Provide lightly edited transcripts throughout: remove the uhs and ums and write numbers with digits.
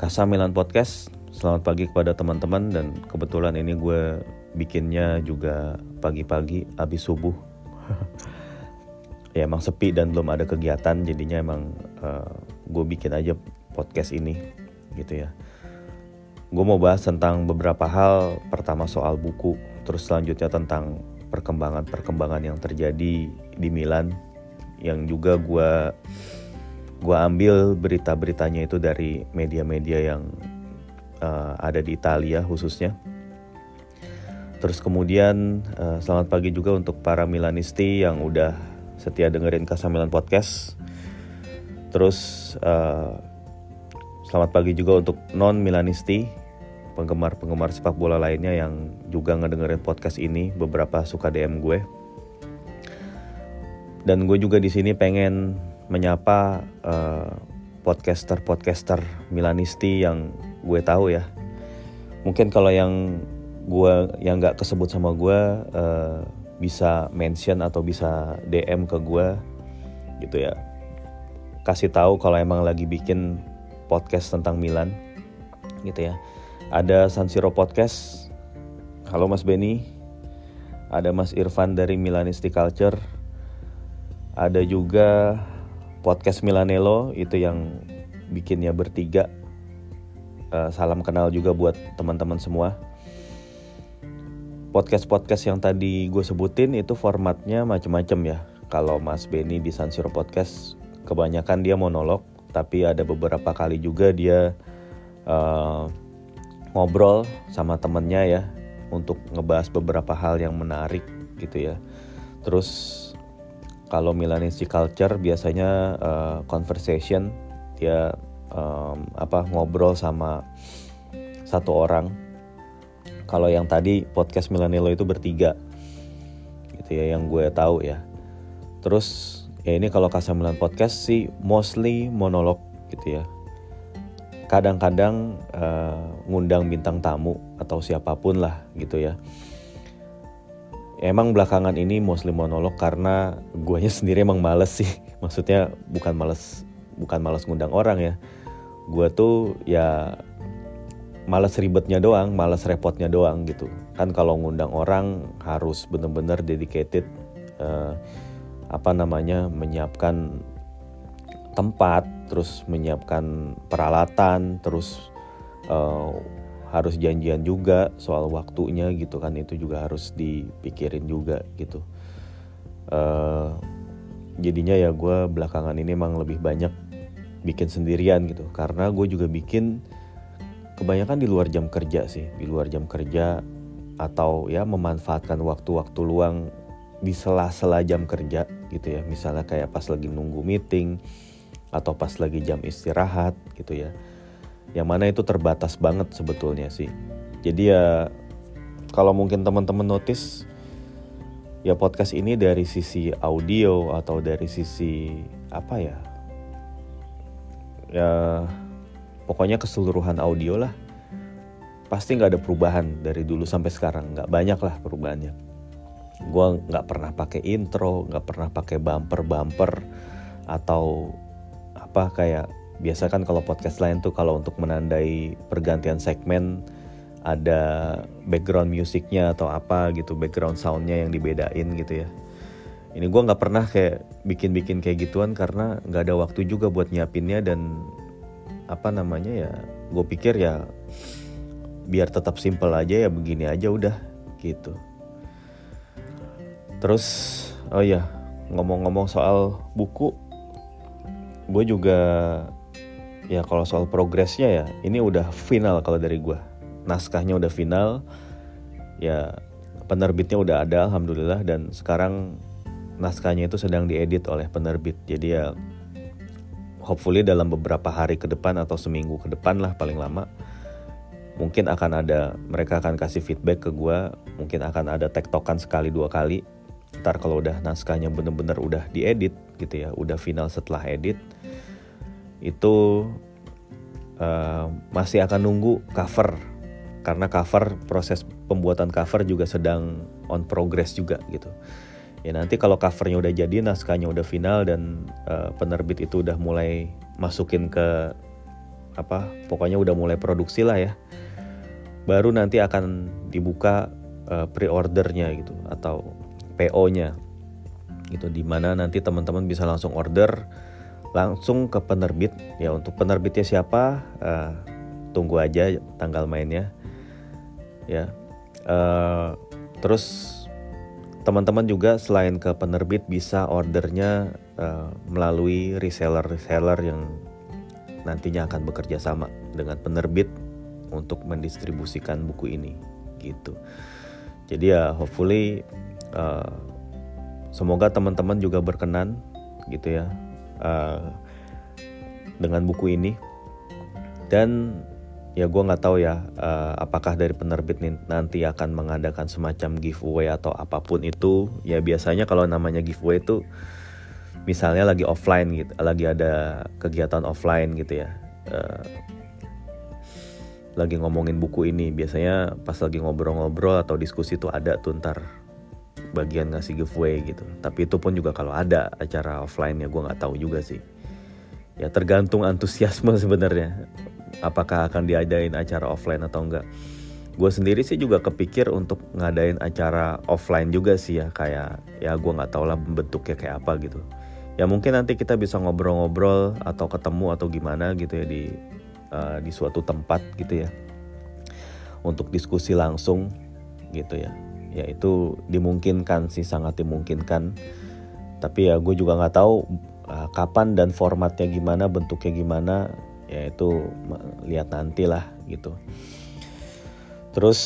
Kasa Milan Podcast. Selamat pagi kepada teman-teman, dan kebetulan ini gue bikinnya juga pagi-pagi abis subuh. Ya emang sepi dan belum ada kegiatan, jadinya emang gue bikin aja podcast ini gitu ya. Gue mau bahas tentang beberapa hal. Pertama soal buku, terus selanjutnya tentang perkembangan yang terjadi di Milan, yang juga gue ambil berita-beritanya itu dari media-media yang ada di Italia khususnya. Terus kemudian selamat pagi juga untuk para Milanisti yang udah setia dengerin Kasa Milan Podcast. Terus selamat pagi juga untuk non-Milanisti, penggemar sepak bola lainnya yang juga ngedengerin podcast ini. Beberapa suka DM gue. Dan gue juga di sini pengen menyapa podcaster Milanisti yang gue tahu ya. Mungkin kalau yang nggak kesebut sama gue bisa mention atau bisa DM ke gue gitu ya. Kasih tahu kalau emang lagi bikin podcast tentang Milan gitu ya. Ada San Siro Podcast. Halo Mas Benny. Ada Mas Irfan dari Milanisti Culture. Ada juga Podcast Milanello, itu yang bikinnya bertiga. Salam kenal juga buat teman-teman semua. Podcast yang tadi gue sebutin itu formatnya macam-macam ya. Kalau Mas Benny di San Siro Podcast kebanyakan dia monolog, tapi ada beberapa kali juga dia ngobrol sama temennya ya, untuk ngebahas beberapa hal yang menarik gitu ya. Terus kalau Milanisti Culture biasanya conversation, dia ngobrol sama satu orang. Kalau yang tadi podcast Milanello itu bertiga gitu ya, yang gue tahu ya. Terus ya ini kalau Kasa Milan Podcast sih mostly monolog gitu ya. Kadang-kadang ngundang bintang tamu atau siapapun lah gitu ya. Emang belakangan ini mostly monolog karena guanya sendiri emang males sih. Maksudnya bukan males ngundang orang ya. Gua tuh ya males ribetnya doang, males repotnya doang gitu. Kan kalau ngundang orang harus bener-bener dedicated menyiapkan tempat, terus menyiapkan peralatan, terus harus janjian juga soal waktunya gitu kan. Itu juga harus dipikirin juga gitu. Jadinya ya gue belakangan ini emang lebih banyak bikin sendirian gitu, karena gue juga bikin kebanyakan di luar jam kerja sih, di luar jam kerja, atau ya memanfaatkan waktu-waktu luang di sela-sela jam kerja gitu ya. Misalnya kayak pas lagi nunggu meeting atau pas lagi jam istirahat gitu ya. Yang mana itu terbatas banget sebetulnya sih. Jadi ya kalau mungkin teman-teman notice ya, podcast ini dari sisi audio atau dari sisi ya pokoknya keseluruhan audio lah, pasti gak ada perubahan dari dulu sampai sekarang. Gak banyak lah perubahannya. Gue gak pernah pakai intro, gak pernah pakai bumper atau kayak biasa kan kalau podcast lain tuh kalau untuk menandai pergantian segmen ada background musiknya atau gitu, background soundnya yang dibedain gitu ya. Ini gue nggak pernah kayak bikin kayak gituan karena nggak ada waktu juga buat nyiapinnya. Dan ya gue pikir ya biar tetap simple aja ya, begini aja udah gitu. Terus ngomong-ngomong soal buku, gue juga ya kalau soal progresnya ya, ini udah final kalau dari gue. Naskahnya udah final, ya penerbitnya udah ada alhamdulillah, dan sekarang naskahnya itu sedang diedit oleh penerbit. Jadi ya hopefully dalam beberapa hari ke depan atau seminggu ke depan lah paling lama, mungkin mereka akan kasih feedback ke gue. Mungkin akan ada tektokan sekali 2 kali. Ntar kalau udah naskahnya bener-bener udah diedit gitu ya, udah final setelah edit, itu masih akan nunggu cover, karena proses pembuatan cover juga sedang on progress juga gitu ya. Nanti kalau covernya udah jadi, naskahnya udah final, dan penerbit itu udah mulai masukin ke pokoknya udah mulai produksi lah ya. Baru nanti akan dibuka pre-ordernya gitu atau PO-nya gitu, dimana nanti teman-teman bisa langsung order langsung ke penerbit ya. Untuk penerbitnya siapa, tunggu aja tanggal mainnya ya. Terus teman-teman juga selain ke penerbit bisa ordernya melalui reseller yang nantinya akan bekerja sama dengan penerbit untuk mendistribusikan buku ini gitu. Jadi ya hopefully semoga teman-teman juga berkenan gitu ya dengan buku ini. Dan ya gue nggak tahu ya apakah dari penerbit nanti akan mengadakan semacam giveaway atau apapun itu. Ya biasanya kalau namanya giveaway itu misalnya lagi offline gitu, lagi ada kegiatan offline gitu ya, lagi ngomongin buku ini, biasanya pas lagi ngobrol-ngobrol atau diskusi tuh ada tuh ntar bagian ngasih giveaway gitu. Tapi itu pun juga kalau ada acara offline ya gue nggak tahu juga sih. Ya tergantung antusiasme sebenarnya, apakah akan diadain acara offline atau enggak. Gue sendiri sih juga kepikir untuk ngadain acara offline juga sih ya, kayak ya gue nggak tahu lah bentuknya kayak apa gitu. Ya mungkin nanti kita bisa ngobrol-ngobrol atau ketemu atau gimana gitu ya di suatu tempat gitu ya untuk diskusi langsung gitu ya. Ya itu dimungkinkan sih, sangat dimungkinkan. Tapi ya gue juga nggak tahu kapan dan formatnya gimana, bentuknya gimana. Ya itu lihat nanti lah gitu. Terus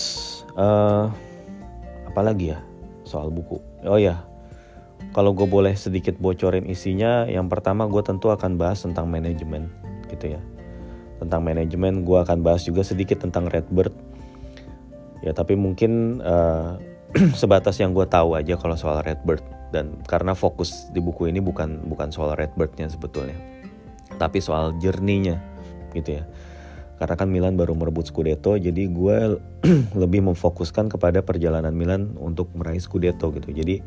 apa lagi ya soal buku? Oh ya, kalau gue boleh sedikit bocorin isinya, yang pertama gue tentu akan bahas tentang manajemen gitu ya. Tentang manajemen gue akan bahas juga sedikit tentang Redbird. Ya tapi mungkin sebatas yang gue tahu aja kalau soal Redbird. Dan karena fokus di buku ini bukan soal Redbird-nya sebetulnya, tapi soal journey-nya gitu ya. Karena kan Milan baru merebut Scudetto, jadi gue lebih memfokuskan kepada perjalanan Milan untuk meraih Scudetto gitu. Jadi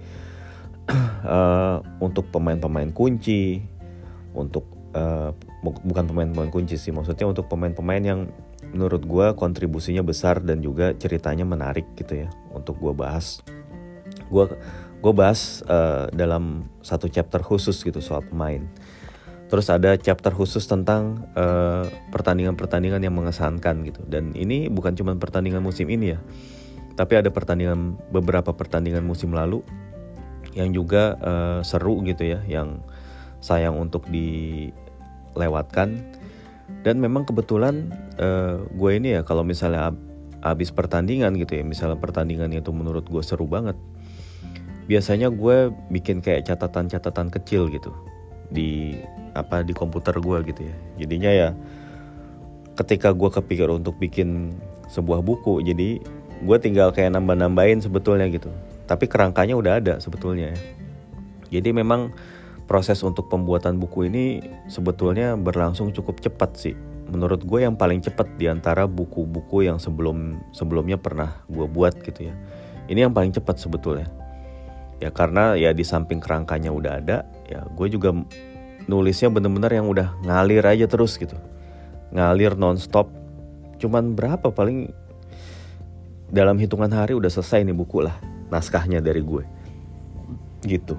untuk pemain-pemain kunci, untuk bukan pemain-pemain kunci sih, maksudnya untuk pemain-pemain yang menurut gue kontribusinya besar dan juga ceritanya menarik gitu ya untuk gue bahas. Gue bahas dalam satu chapter khusus gitu soal pemain. Terus ada chapter khusus tentang pertandingan-pertandingan yang mengesankan gitu. Dan ini bukan cuma pertandingan musim ini ya, tapi ada beberapa pertandingan musim lalu yang juga seru gitu ya, yang sayang untuk dilewatkan. Dan memang kebetulan gue ini ya kalau misalnya abis pertandingan gitu ya, misalnya pertandingannya itu menurut gue seru banget, biasanya gue bikin kayak catatan-catatan kecil gitu di komputer gue gitu ya. Jadinya ya ketika gue kepikir untuk bikin sebuah buku, jadi gue tinggal kayak nambah-nambahin sebetulnya gitu. Tapi kerangkanya udah ada sebetulnya ya. Jadi memang proses untuk pembuatan buku ini sebetulnya berlangsung cukup cepat sih. Menurut gue yang paling cepat di antara buku-buku yang sebelumnya pernah gue buat gitu ya. Ini yang paling cepat sebetulnya. Ya karena ya di samping kerangkanya udah ada, ya gue juga nulisnya bener-bener yang udah ngalir aja terus gitu. Ngalir nonstop. Cuman berapa, paling dalam hitungan hari udah selesai nih buku lah, naskahnya dari gue gitu.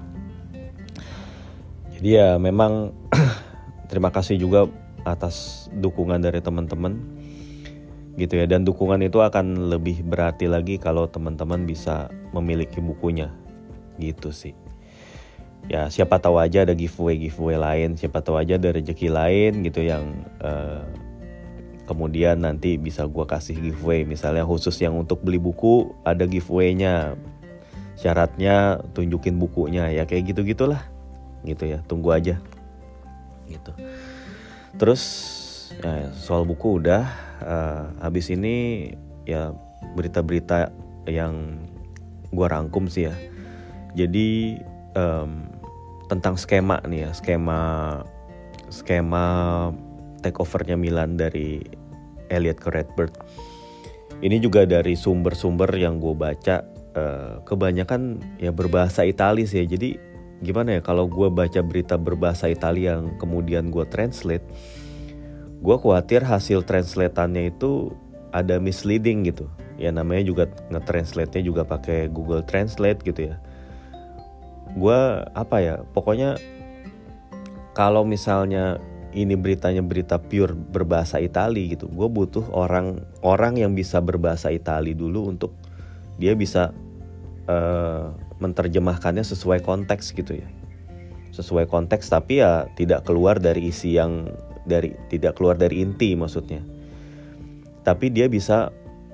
Jadi ya memang terima kasih juga atas dukungan dari teman-teman gitu ya. Dan dukungan itu akan lebih berarti lagi kalau teman-teman bisa memiliki bukunya gitu sih. Ya siapa tahu aja ada giveaway lain, siapa tahu aja ada rezeki lain gitu yang kemudian nanti bisa gue kasih giveaway. Misalnya khusus yang untuk beli buku ada giveaway-nya, syaratnya tunjukin bukunya, ya kayak gitu-gitulah gitu ya, tunggu aja gitu. Terus ya, soal buku udah, habis ini ya berita-berita yang gue rangkum sih ya. Jadi tentang skema nih ya, skema takeovernya Milan dari Elliot ke Redbird. Ini juga dari sumber-sumber yang gue baca, kebanyakan ya berbahasa Italia sih ya. Jadi gimana ya, kalau gue baca berita berbahasa Italia yang kemudian gue translate, gue khawatir hasil translatannya itu ada misleading gitu. Ya namanya juga nge-translate-nya juga pakai Google Translate gitu ya. Gue pokoknya kalau misalnya ini beritanya berita pure berbahasa Itali gitu, gue butuh orang yang bisa berbahasa Itali dulu untuk dia bisa menerjemahkannya sesuai konteks gitu ya, sesuai konteks, tapi ya tidak keluar dari isi tidak keluar dari inti maksudnya, tapi dia bisa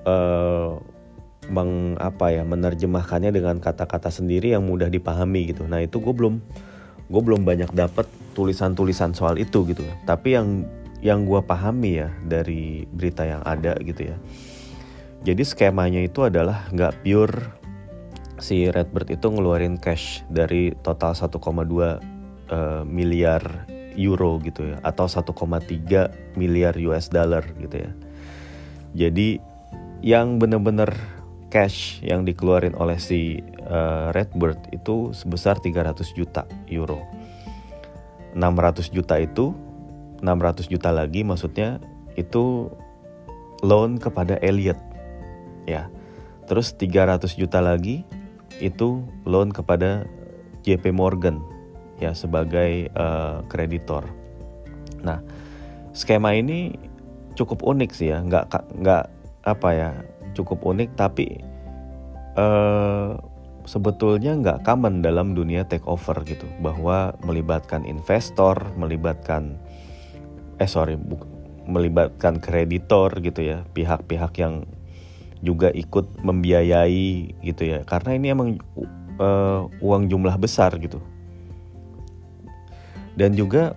menerjemahkannya dengan kata-kata sendiri yang mudah dipahami gitu. Nah itu gue belum banyak dapat tulisan-tulisan soal itu gitu. Tapi yang gue pahami ya dari berita yang ada gitu ya. Jadi skemanya itu adalah nggak pure si Redbird itu ngeluarin cash dari total 1,2 miliar euro gitu ya, atau 1,3 miliar US dollar gitu ya. Jadi yang benar-benar cash yang dikeluarin oleh si Redbird itu sebesar 300 juta euro. 600 juta lagi maksudnya itu loan kepada Elliott ya. Terus 300 juta lagi itu loan kepada JP Morgan ya sebagai kreditor. Nah, skema ini cukup unik sih ya, cukup unik, tapi sebetulnya nggak common dalam dunia takeover gitu, bahwa melibatkan investor, melibatkan kreditor gitu ya, pihak-pihak yang juga ikut membiayai gitu ya, karena ini emang uang jumlah besar gitu. Dan juga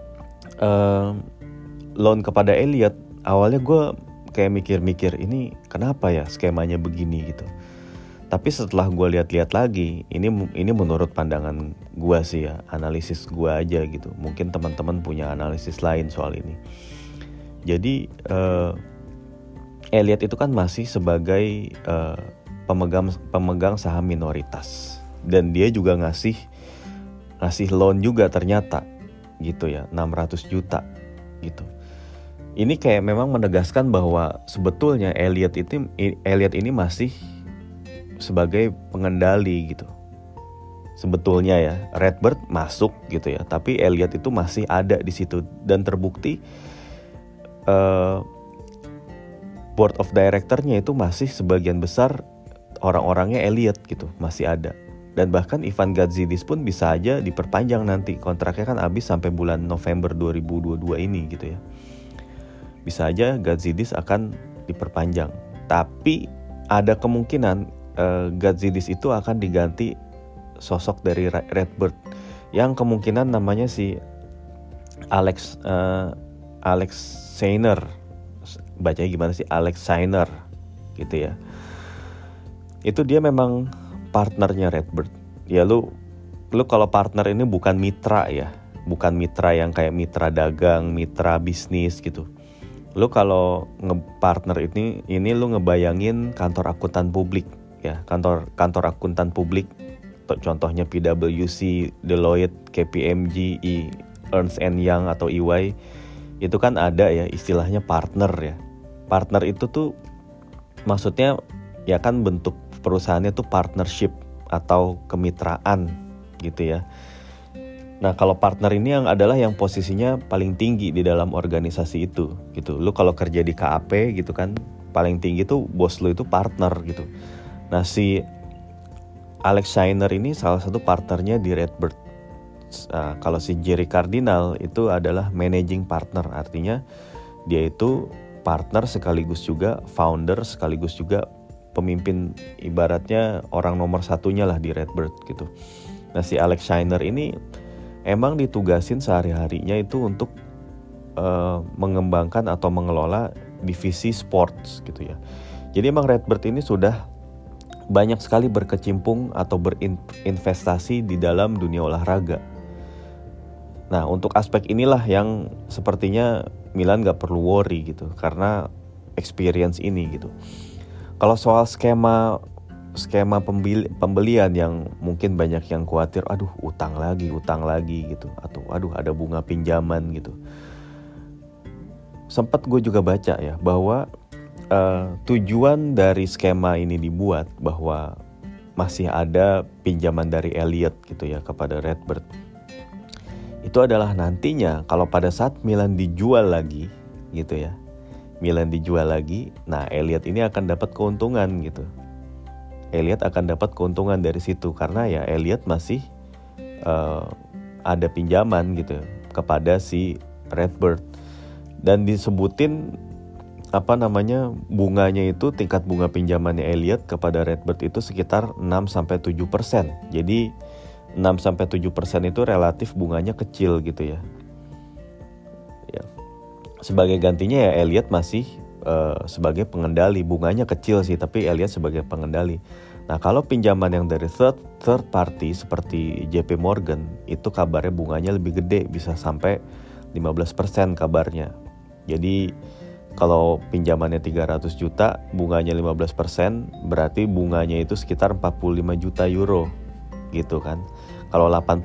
loan kepada Elliott, awalnya gue kayak mikir-mikir ini kenapa ya skemanya begini gitu. Tapi setelah gue lihat-lihat lagi, ini menurut pandangan gue sih ya, analisis gue aja gitu. Mungkin teman-teman punya analisis lain soal ini. Jadi Elliott itu kan masih sebagai pemegang saham minoritas, dan dia juga ngasih loan juga ternyata gitu ya, 600 juta gitu. Ini kayak memang menegaskan bahwa sebetulnya Elliott ini masih sebagai pengendali gitu. Sebetulnya ya, Redbird masuk gitu ya, tapi Elliott itu masih ada di situ, dan terbukti board of director-nya itu masih sebagian besar orang-orangnya Elliott gitu, masih ada. Dan bahkan Ivan Gazidis pun bisa aja diperpanjang nanti, kontraknya kan habis sampai bulan November 2022 ini gitu ya. Bisa aja Gazidis akan diperpanjang, tapi ada kemungkinan Gazidis itu akan diganti sosok dari Redbird yang kemungkinan namanya si Alex Seiner, bacanya gimana sih, Alex Seiner gitu ya. Itu dia memang partnernya Redbird ya. Lu kalau partner ini bukan mitra ya, bukan mitra yang kayak mitra dagang, mitra bisnis gitu. Lu kalau ngepartner ini lu ngebayangin kantor akuntan publik ya, kantor akuntan publik, contohnya PwC, Deloitte, KPMG, Ernst & Young atau EY, itu kan ada ya istilahnya partner ya. Partner itu tuh maksudnya ya kan bentuk perusahaannya tuh partnership atau kemitraan gitu ya. Nah kalau partner ini yang posisinya paling tinggi di dalam organisasi itu gitu. Lu kalau kerja di KAP gitu kan, paling tinggi tuh bos lu itu partner gitu. Nah si Alex Seiner ini salah satu partnernya di Redbird. Kalau si Jerry Cardinal itu adalah managing partner, artinya dia itu partner sekaligus juga founder, sekaligus juga pemimpin, ibaratnya orang nomor satunya lah di Redbird gitu. Nah si Alex Seiner ini emang ditugasin sehari-harinya itu untuk mengembangkan atau mengelola divisi sports gitu ya. Jadi emang Redbird ini sudah banyak sekali berkecimpung atau berinvestasi di dalam dunia olahraga. Nah untuk aspek inilah yang sepertinya Milan gak perlu worry gitu, karena experience ini gitu. Kalau soal skema pembelian yang mungkin banyak yang khawatir, utang lagi gitu, atau ada bunga pinjaman gitu. sempat gue juga baca ya bahwa tujuan dari skema ini dibuat bahwa masih ada pinjaman dari Elliot gitu ya kepada Redbird. Itu adalah nantinya kalau pada saat Milan dijual lagi gitu ya. Milan dijual lagi, nah Elliot ini akan dapat keuntungan gitu. Elliot akan dapat keuntungan dari situ karena ya Elliot masih ada pinjaman gitu kepada si Redbird. Dan disebutin bunganya itu, tingkat bunga pinjamannya Elliot kepada Redbird itu sekitar 6-7%. Jadi 6-7% itu relatif bunganya kecil gitu ya. Sebagai gantinya ya Elliot masih sebagai pengendali. Bunganya kecil sih, tapi Elliot sebagai pengendali. Nah kalau pinjaman yang dari third party seperti JP Morgan, itu kabarnya bunganya lebih gede, bisa sampai 15% kabarnya. Jadi kalau pinjamannya 300 juta, bunganya 15%, berarti bunganya itu sekitar 45 juta euro gitu kan. Kalau 8%,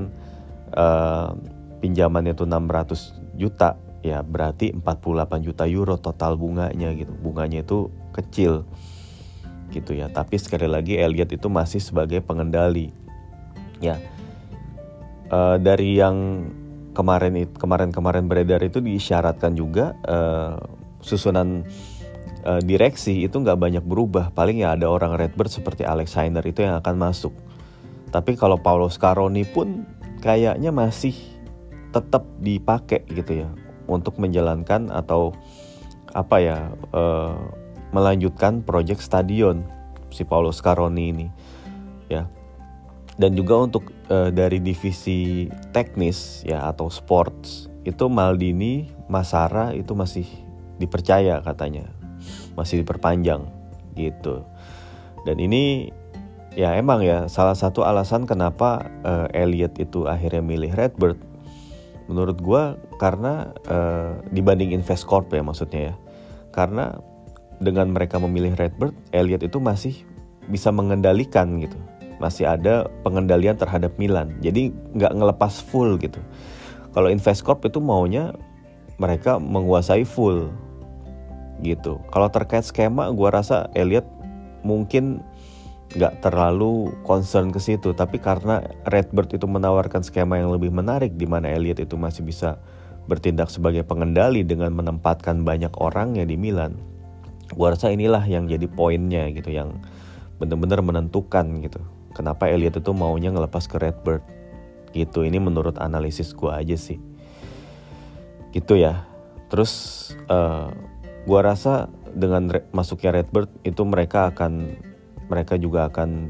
pinjamannya itu 600 juta, ya berarti 48 juta euro total bunganya gitu. Bunganya itu kecil gitu ya. Tapi sekali lagi Elliot itu masih sebagai pengendali. Ya. Dari yang kemarin beredar itu diisyaratkan juga susunan direksi itu nggak banyak berubah. Paling ya ada orang Redbird seperti Alex Heiner itu yang akan masuk. Tapi kalau Paolo Scaroni pun kayaknya masih tetap dipakai gitu ya untuk menjalankan atau melanjutkan proyek stadion si Paolo Scaroni ini ya. Dan juga untuk dari divisi teknis ya atau sports itu Maldini, Massara itu masih dipercaya katanya, masih diperpanjang gitu. Dan ini ya emang ya salah satu alasan kenapa Elliot itu akhirnya milih Redbird. Menurut gue karena dibanding Investcorp ya maksudnya ya. Karena dengan mereka memilih Redbird, Elliot itu masih bisa mengendalikan gitu. Masih ada pengendalian terhadap Milan. Jadi nggak ngelepas full gitu. Kalau Investcorp itu maunya mereka menguasai full gitu. Kalau terkait skema, gue rasa Elliot mungkin nggak terlalu concern ke situ. Tapi karena Redbird itu menawarkan skema yang lebih menarik, di mana Elliot itu masih bisa bertindak sebagai pengendali dengan menempatkan banyak orangnya di Milan. Gue rasa inilah yang jadi poinnya gitu, yang benar-benar menentukan gitu. Kenapa Elliot itu maunya ngelepas ke Redbird gitu. Ini menurut analisis gue aja sih gitu ya. Terus gue rasa dengan masuknya Redbird itu mereka juga akan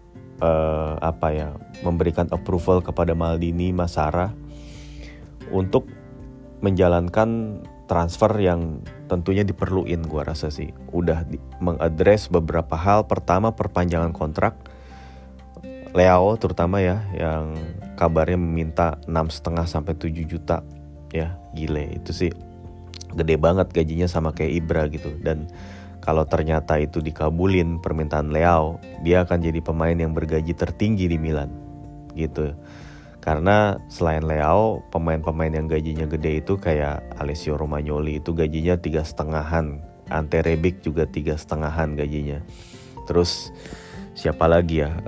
memberikan approval kepada Maldini, Massara untuk menjalankan transfer yang tentunya diperluin. Gue rasa sih udah mengadres beberapa hal. Pertama, perpanjangan kontrak Leao terutama ya, yang kabarnya meminta 6,5 sampai 7 juta ya. Gile, itu sih gede banget gajinya, sama kayak Ibra gitu. Dan kalau ternyata itu dikabulin permintaan Leao, dia akan jadi pemain yang bergaji tertinggi di Milan gitu. Karena selain Leao, pemain-pemain yang gajinya gede itu kayak Alessio Romagnoli itu gajinya 3,5-an, Ante Rebic juga 3,5-an gajinya. Terus siapa lagi ya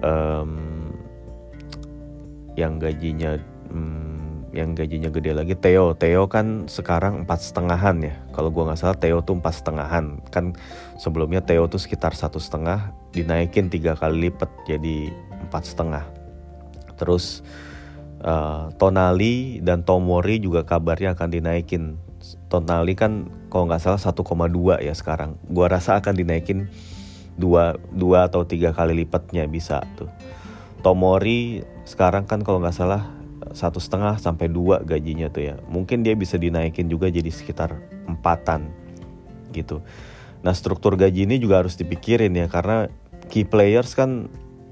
yang gajinya gede lagi? Theo kan sekarang 4,5-an ya. Kalau gue nggak salah Theo tuh 4,5-an. Kan sebelumnya Theo tuh sekitar 1,5, dinaikin 3 kali lipat jadi 4,5. Terus Tonali dan Tomori juga kabarnya akan dinaikin. Tonali kan kalau nggak salah 1,2 ya sekarang. Gua rasa akan dinaikin 2 atau 3 kali lipatnya bisa tuh. Tomori sekarang kan kalau nggak salah 1,5 sampai 2 gajinya tuh ya. Mungkin dia bisa dinaikin juga jadi sekitar 4-an gitu. Nah struktur gaji ini juga harus dipikirin ya, karena key players kan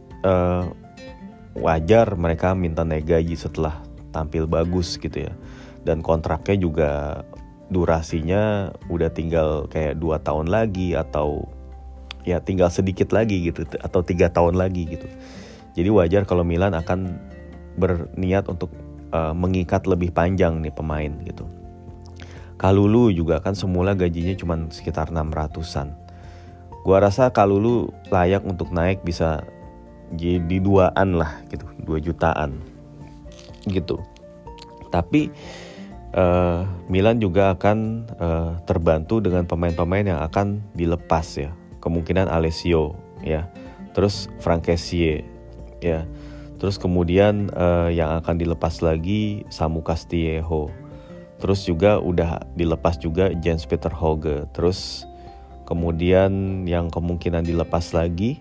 wajar mereka minta naik gaji setelah tampil bagus gitu ya. Dan kontraknya juga durasinya udah tinggal kayak 2 tahun lagi, atau ya tinggal sedikit lagi gitu, atau 3 tahun lagi gitu. Jadi wajar kalau Milan akan berniat untuk mengikat lebih panjang nih pemain gitu. Kalulu juga kan semula gajinya cuma sekitar 600-an. Gua rasa Kalulu layak untuk naik, bisa jadi 2-an lah gitu, 2 jutaan gitu. Tapi Milan juga akan terbantu dengan pemain-pemain yang akan dilepas ya. Kemungkinan Alessio ya, terus Frankessie ya, terus kemudian yang akan dilepas lagi Samu Castillejo. Terus juga udah dilepas juga Jens Peter Hauge. Terus kemudian yang kemungkinan dilepas lagi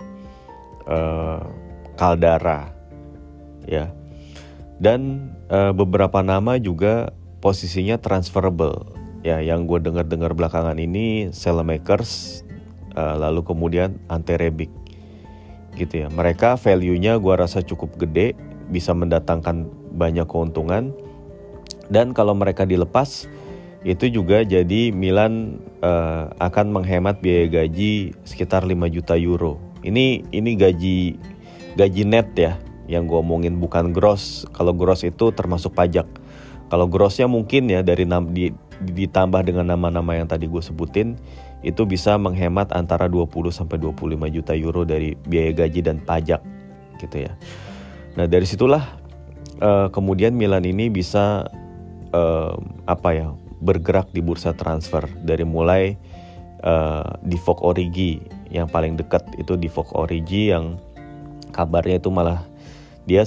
Caldara ya. Dan beberapa nama juga posisinya transferable ya. Yang gue dengar belakangan ini Saelemaekers, lalu kemudian Ante Rebic gitu ya. Mereka value-nya gue rasa cukup gede, bisa mendatangkan banyak keuntungan. Dan kalau mereka dilepas, itu juga jadi Milan akan menghemat biaya gaji sekitar 5 juta euro. Ini gaji net ya, yang gue omongin, bukan gross. Kalau gross itu termasuk pajak. Kalau grossnya mungkin ya ditambah dengan nama-nama yang tadi gue sebutin, itu bisa menghemat antara 20 sampai 25 juta euro dari biaya gaji dan pajak gitu ya. Nah dari situlah kemudian Milan ini bisa bergerak di bursa transfer. Dari mulai Divock Origi yang paling dekat itu Divock Origi, yang kabarnya itu malah dia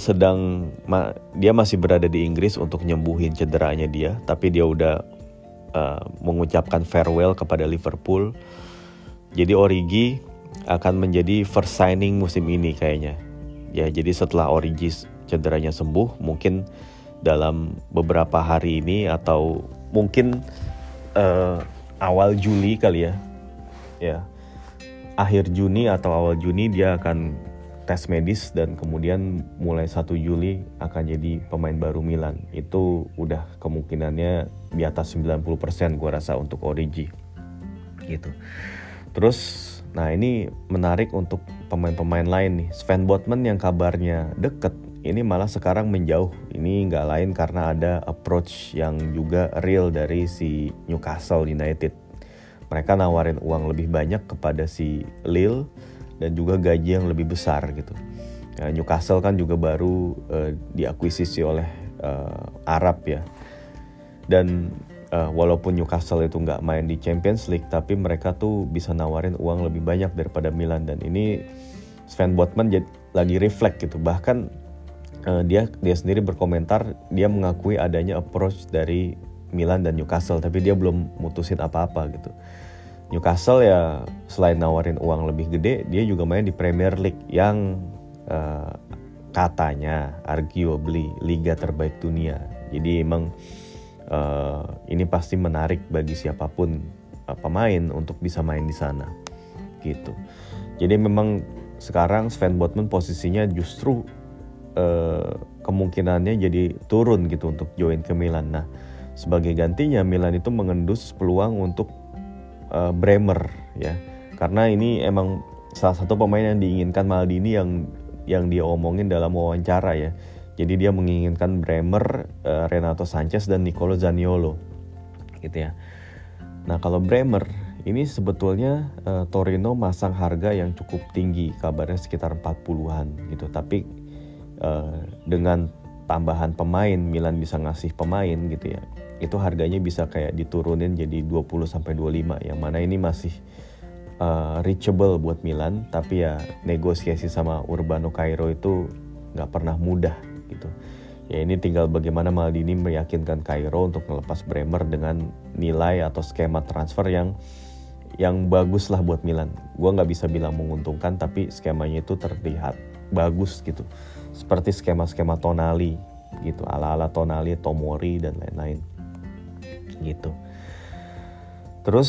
masih berada di Inggris untuk nyembuhin cederanya dia, tapi dia udah mengucapkan farewell kepada Liverpool. Jadi Origi akan menjadi first signing musim ini kayaknya ya. Jadi setelah Origi cederanya sembuh, mungkin dalam beberapa hari ini atau mungkin awal Juli kali ya, akhir Juni atau awal Juni dia akan tes medis, dan kemudian mulai 1 Juli akan jadi pemain baru Milan. Itu udah kemungkinannya di atas 90% gue rasa untuk Origi gitu. Terus nah ini menarik untuk pemain-pemain lain nih. Sven Botman yang kabarnya deket, ini malah sekarang menjauh. Ini nggak lain karena ada approach yang juga real dari si Newcastle United. Mereka nawarin uang lebih banyak kepada si Lille dan juga gaji yang lebih besar gitu. Nah, Newcastle kan juga baru diakuisisi oleh Arab ya. Dan walaupun Newcastle itu nggak main di Champions League, tapi mereka tuh bisa nawarin uang lebih banyak daripada Milan. Dan ini Sven Botman lagi reflect gitu. Bahkan dia sendiri berkomentar, dia mengakui adanya approach dari Milan dan Newcastle, tapi dia belum mutusin apa-apa gitu. Newcastle ya selain nawarin uang lebih gede, dia juga main di Premier League yang katanya arguably liga terbaik dunia. Jadi emang ini pasti menarik bagi siapapun pemain untuk bisa main di sana gitu. Jadi memang sekarang Sven Botman posisinya justru kemungkinannya jadi turun gitu untuk join ke Milan. Nah, sebagai gantinya Milan itu mengendus peluang untuk Bremer ya. Karena ini emang salah satu pemain yang diinginkan Maldini yang dia omongin dalam wawancara ya. Jadi dia menginginkan Bremer, Renato Sanchez dan Nicolo Zaniolo gitu ya. Nah, kalau Bremer ini sebetulnya Torino masang harga yang cukup tinggi, kabarnya sekitar 40-an gitu. Tapi dengan tambahan pemain, Milan bisa ngasih pemain gitu ya, itu harganya bisa kayak diturunin jadi 20 sampai 25, yang mana ini masih reachable buat Milan. Tapi ya negosiasi sama Urbano Cairo itu nggak pernah mudah gitu ya. Ini tinggal bagaimana Maldini meyakinkan Cairo untuk melepas Bremer dengan nilai atau skema transfer yang bagus lah buat Milan. Gua nggak bisa bilang menguntungkan, tapi skemanya itu terlihat bagus gitu, seperti skema-skema Tonali gitu, ala-ala Tonali, Tomori dan lain-lain gitu. Terus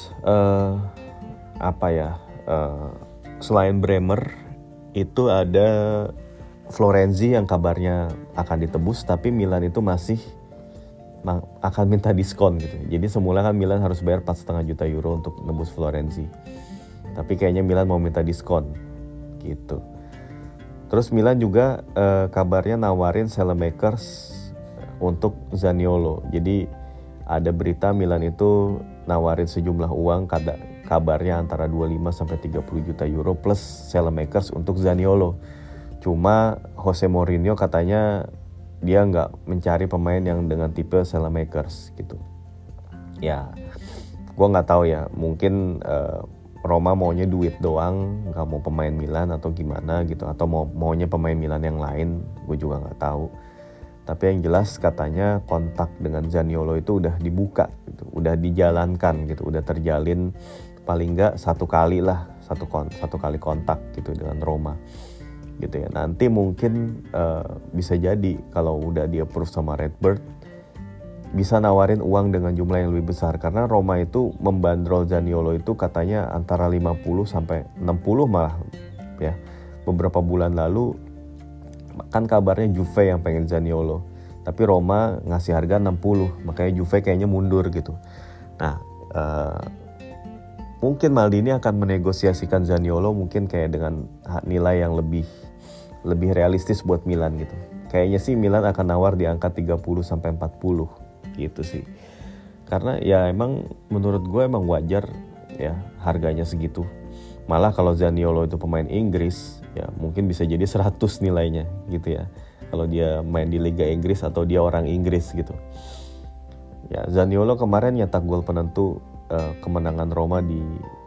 selain Bremer itu ada Florenzi yang kabarnya akan ditebus, tapi Milan itu masih akan minta diskon gitu. Jadi semula kan Milan harus bayar 4,5 juta euro untuk nebus Florenzi, tapi kayaknya Milan mau minta diskon gitu. Terus Milan juga kabarnya nawarin Saelemaekers untuk Zaniolo. Jadi ada berita Milan itu nawarin sejumlah uang, kabarnya antara 25 sampai 30 juta euro plus Saelemaekers untuk Zaniolo. Cuma Jose Mourinho katanya dia nggak mencari pemain yang dengan tipe Saelemaekers gitu. Ya, gue nggak tahu ya. Mungkin Roma maunya duit doang, nggak mau pemain Milan atau gimana gitu. Atau maunya pemain Milan yang lain, gue juga nggak tahu. Tapi yang jelas katanya kontak dengan Zaniolo itu udah dibuka, gitu, udah dijalankan gitu, udah terjalin paling nggak satu kali kontak gitu dengan Roma. Gitu ya. Nanti mungkin bisa jadi kalau udah di approve sama Redbird bisa nawarin uang dengan jumlah yang lebih besar, karena Roma itu membandrol Zaniolo itu katanya antara 50 sampai 60 malah ya. Beberapa bulan lalu kan kabarnya Juve yang pengen Zaniolo, tapi Roma ngasih harga 60, makanya Juve kayaknya mundur gitu. Nah, mungkin Maldini akan menegosiasikan Zaniolo mungkin kayak dengan nilai yang lebih realistis buat Milan gitu. Kayaknya sih Milan akan nawar di angka 30 sampai 40 gitu sih. Karena ya emang menurut gue emang wajar ya harganya segitu. Malah kalau Zaniolo itu pemain Inggris ya mungkin bisa jadi 100 nilainya gitu ya. Kalau dia main di Liga Inggris atau dia orang Inggris gitu. Ya, Zaniolo kemarin nyetak gol penentu kemenangan Roma di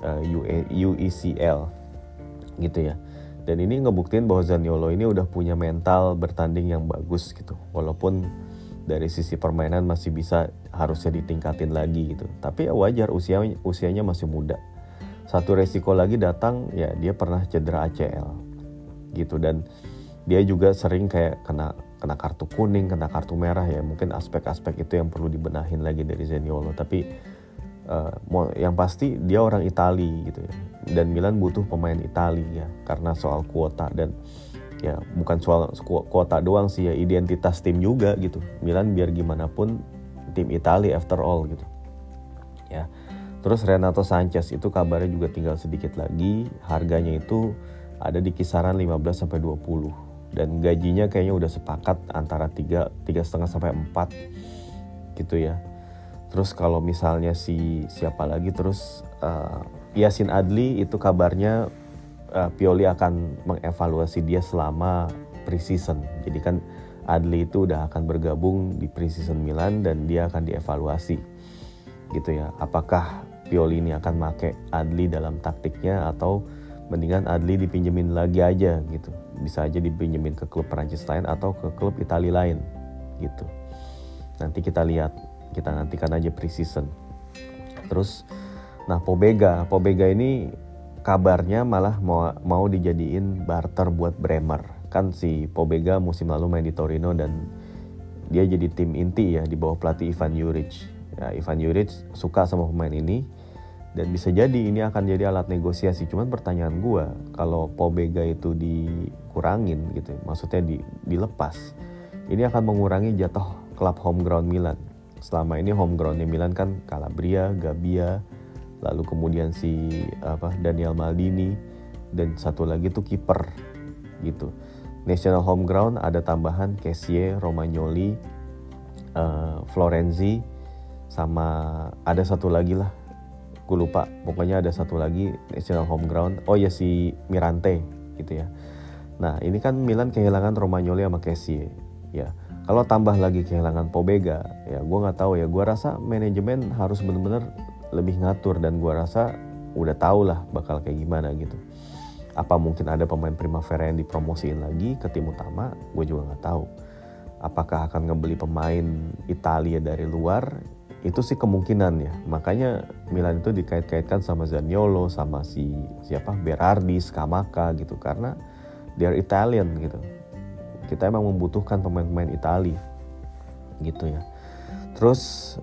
UECL gitu ya. Dan ini ngebuktiin bahwa Zaniolo ini udah punya mental bertanding yang bagus gitu. Walaupun dari sisi permainan masih bisa harusnya ditingkatin lagi gitu. Tapi ya wajar usianya masih muda. Satu resiko lagi datang ya dia pernah cedera ACL gitu, dan dia juga sering kayak kena kartu kuning, kena kartu merah ya. Mungkin aspek-aspek itu yang perlu dibenahin lagi dari Zaniolo. Tapi yang pasti dia orang Itali gitu ya. Dan Milan butuh pemain Itali ya, karena soal kuota, dan ya bukan soal kuota doang sih ya, identitas tim juga gitu. Milan biar gimana pun tim Itali after all gitu ya. Terus Renato Sanchez itu kabarnya juga tinggal sedikit lagi, harganya itu ada di kisaran 15 sampai 20 dan gajinya kayaknya udah sepakat antara 3,5 sampai 4 gitu ya. Terus kalau misalnya siapa lagi, terus Yacine Adli itu kabarnya Pioli akan mengevaluasi dia selama pre-season. Jadi kan Adli itu udah akan bergabung di pre-season Milan dan dia akan dievaluasi gitu ya. Apakah Pioli ini akan pakai Adli dalam taktiknya atau mendingan Adli dipinjemin lagi aja gitu. Bisa aja dipinjemin ke klub Perancis lain atau ke klub Italia lain gitu. Nanti kita lihat, kita nantikan aja pre-season. Terus nah Pobega ini kabarnya malah mau dijadiin barter buat Bremer. Kan si Pobega musim lalu main di Torino dan dia jadi tim inti ya di bawah pelatih Ivan Juric. Ya, Ivan Juric suka sama pemain ini dan bisa jadi ini akan jadi alat negosiasi. Cuman pertanyaan gue, kalau Pobega itu dikurangin gitu, maksudnya dilepas, ini akan mengurangi jatuh klub home ground Milan. Selama ini home groundnya Milan kan Calabria, Gabbia, lalu kemudian Daniel Maldini, dan satu lagi tuh kiper gitu. National home ground ada tambahan Kessie, Romagnoli, Florenzi, sama ada satu lagi lah, gue lupa. Pokoknya ada satu lagi national home ground. Oh ya, si Mirante gitu ya. Nah ini kan Milan kehilangan Romagnoli sama Kessie ya. Kalau tambah lagi kehilangan Pobega, ya gue nggak tahu ya. Gue rasa manajemen harus benar-benar lebih ngatur, dan gue rasa udah tahu lah bakal kayak gimana gitu. Apa mungkin ada pemain Primavera yang dipromosiin lagi ke tim utama? Gue juga nggak tahu. Apakah akan ngebeli pemain Italia dari luar? Itu sih kemungkinan ya. Makanya Milan itu dikait-kaitkan sama Zaniolo, sama Berardi, Scamacca gitu, karena they are Italian gitu. Kita emang membutuhkan pemain-pemain Itali gitu ya. Terus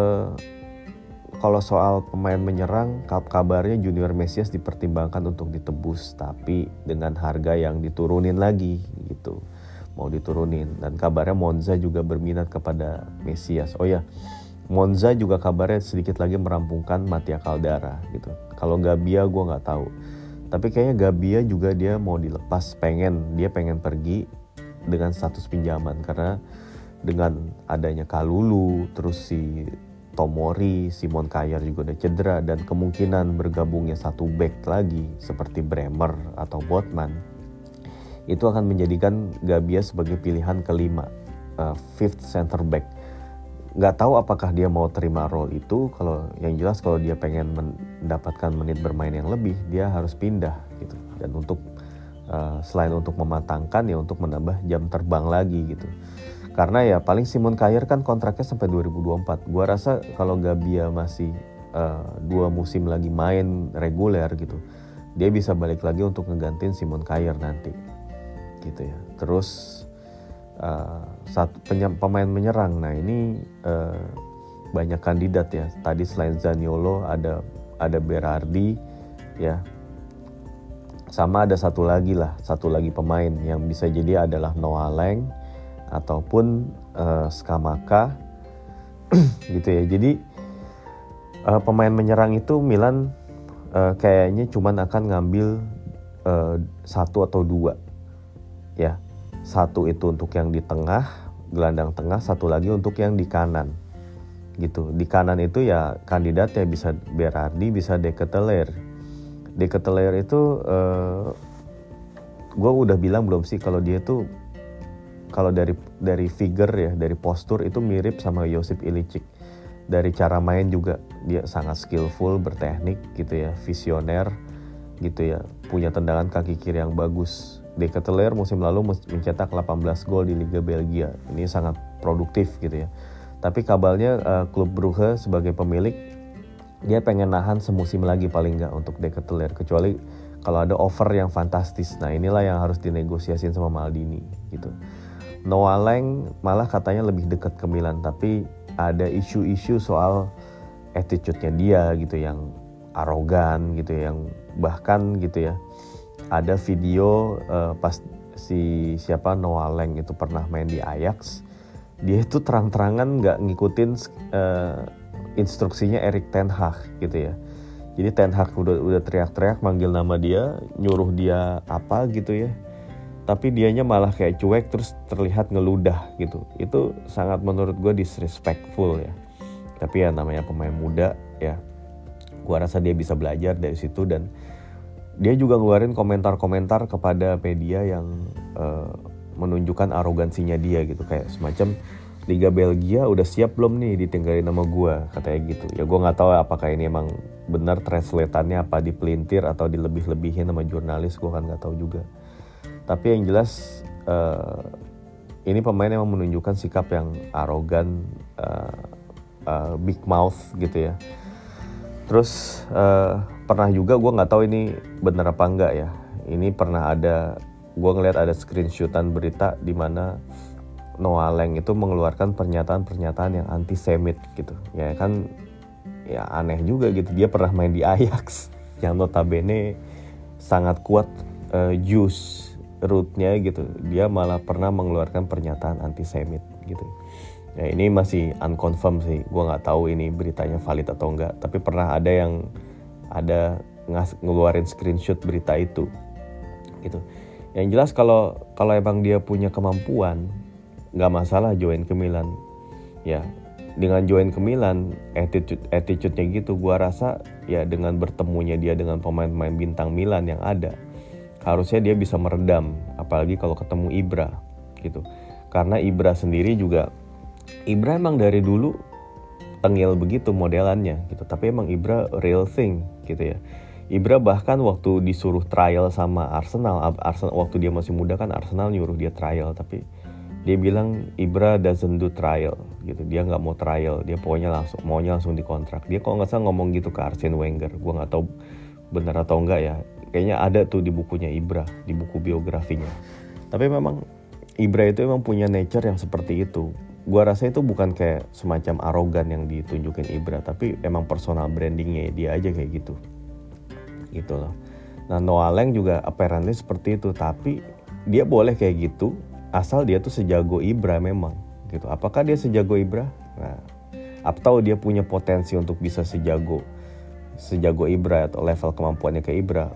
kalau soal pemain menyerang, kabarnya Junior Mesias dipertimbangkan untuk ditebus, tapi dengan harga yang diturunin lagi gitu. Mau diturunin. Dan kabarnya Monza juga berminat kepada Mesias. Oh ya, Monza juga kabarnya sedikit lagi merampungkan Mattia Caldara gitu. Kalau Gabbia gue nggak tahu. Tapi kayaknya Gabbia juga dia mau dilepas, dia pengen pergi dengan status pinjaman, karena dengan adanya Kalulu, terus si Tomori, Simon Kjaer juga udah cedera, dan kemungkinan bergabungnya satu back lagi seperti Bremer atau Botman, itu akan menjadikan Gabia sebagai pilihan kelima, fifth center back. Nggak tahu apakah dia mau terima role itu. Kalau yang jelas kalau dia pengen mendapatkan menit bermain yang lebih, dia harus pindah gitu. Dan untuk selain untuk mematangkan ya untuk menambah jam terbang lagi gitu. Karena ya paling Simon Kjaer kan kontraknya sampai 2024. Gua rasa kalau Gabia masih 2 musim lagi main reguler gitu, dia bisa balik lagi untuk ngegantiin Simon Kjaer nanti gitu ya. Terus pemain menyerang, nah ini banyak kandidat ya. Tadi selain Zaniolo ada Berardi ya, sama ada satu lagi pemain yang bisa jadi adalah Noah Lang ataupun Scamacca gitu ya. Jadi pemain menyerang itu Milan kayaknya cuman akan ngambil 1 atau 2 ya. 1 itu untuk yang di tengah, gelandang tengah, 1 lagi untuk yang di kanan gitu. Di kanan itu ya kandidatnya bisa Berardi, bisa De Ketelaere. De Ketelaere itu gue udah bilang belum sih kalau dia tuh kalau dari figure ya, dari postur itu mirip sama Josip Ilicic. Dari cara main juga dia sangat skillful, berteknik gitu ya, visioner gitu ya, punya tendangan kaki kiri yang bagus. De Ketelaere musim lalu mencetak 18 gol di Liga Belgia. Ini sangat produktif gitu ya. Tapi kabarnya klub Brugge sebagai pemilik dia pengen nahan semusim lagi paling nggak untuk De Ketelaere, kecuali kalau ada offer yang fantastis. Nah inilah yang harus dinegosiasiin sama Maldini gitu. Noah Lang malah katanya lebih dekat ke Milan, tapi ada isu-isu soal attitude-nya dia gitu yang arogan gitu ya, yang bahkan gitu ya. Ada video pas Noah Lang itu pernah main di Ajax, dia itu terang-terangan nggak ngikutin instruksinya Erik ten Hag gitu ya. Jadi ten Hag udah teriak-teriak manggil nama dia, nyuruh dia apa gitu ya, tapi dianya malah kayak cuek terus terlihat ngeludah gitu. Itu sangat menurut gue disrespectful ya. Tapi ya namanya pemain muda ya, gue rasa dia bisa belajar dari situ. Dan dia juga ngeluarin komentar-komentar kepada media yang menunjukkan arogansinya dia gitu, kayak semacam Liga Belgia udah siap belum nih ditinggalin sama gue, katanya gitu. Ya gue nggak tahu apakah ini emang benar translatannya apa dipelintir atau dilebih-lebihin sama jurnalis, gue kan nggak tahu juga. Tapi yang jelas ini pemain yang menunjukkan sikap yang arogan, big mouth gitu ya. Terus pernah juga, gue nggak tahu ini benar apa enggak ya. Ini pernah ada, gue ngeliat ada screenshotan berita di mana Noah Lang itu mengeluarkan pernyataan-pernyataan yang antisemit gitu. Ya kan, ya aneh juga gitu. Dia pernah main di Ajax yang notabene sangat kuat Jews rootnya gitu. Dia malah pernah mengeluarkan pernyataan antisemit gitu. Ya ini masih unconfirmed sih, gue nggak tahu ini beritanya valid atau enggak. Tapi pernah ada yang ngeluarin screenshot berita itu, gitu. Yang jelas kalau emang dia punya kemampuan, nggak masalah join ke Milan. Ya dengan join ke Milan, attitude-nya gitu, gue rasa ya dengan bertemunya dia dengan pemain-pemain bintang Milan yang ada, harusnya dia bisa meredam. Apalagi kalau ketemu Ibra, gitu. Karena Ibra sendiri juga. Ibra emang dari dulu tengil begitu modelannya gitu, tapi emang Ibra real thing gitu ya. Ibra bahkan waktu disuruh trial sama Arsenal waktu dia masih muda kan Arsenal nyuruh dia trial, tapi dia bilang Ibra doesn't do trial gitu, dia nggak mau trial, dia maunya langsung dikontrak. Dia kalau nggak salah ngomong gitu ke Arsene Wenger, gue nggak tahu benar atau enggak ya, kayaknya ada tuh di bukunya Ibra, di buku biografinya. Tapi memang Ibra itu emang punya nature yang seperti itu. Gua rasa itu bukan kayak semacam arogan yang ditunjukin Ibra, tapi emang personal brandingnya dia aja kayak gitu loh. Nah Noah Lang juga apparently seperti itu, tapi dia boleh kayak gitu asal dia tuh sejago Ibra memang gitu. Apakah dia sejago Ibra? Nah, atau dia punya potensi untuk bisa sejago Ibra atau level kemampuannya ke Ibra?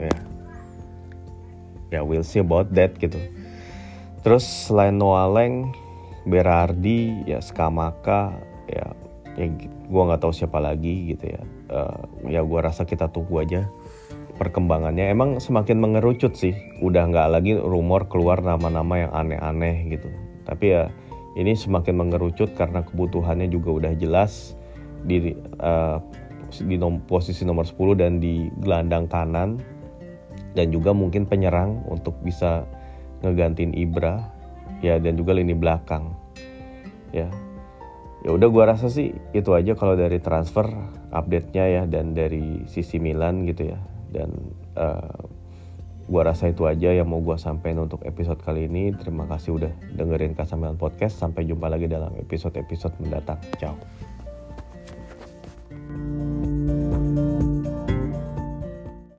Ya we'll see about that gitu. Terus selain Noah Lang, Berardi, ya Scamacca, ya ya gue nggak tahu siapa lagi gitu ya. Ya gue rasa kita tunggu aja perkembangannya. Emang semakin mengerucut sih, udah nggak lagi rumor keluar nama-nama yang aneh-aneh gitu. Tapi ya ini semakin mengerucut karena kebutuhannya juga udah jelas di posisi nomor 10 dan di gelandang kanan, dan juga mungkin penyerang untuk bisa ngegantiin Ibra ya, dan juga lini belakang ya. Ya udah, gua rasa sih itu aja kalau dari transfer update-nya ya, dan dari sisi Milan gitu ya. Dan gua rasa itu aja yang mau gua sampaikan untuk episode kali ini. Terima kasih udah dengerin Kasamilan Podcast. Sampai jumpa lagi dalam episode-episode mendatang. Ciao.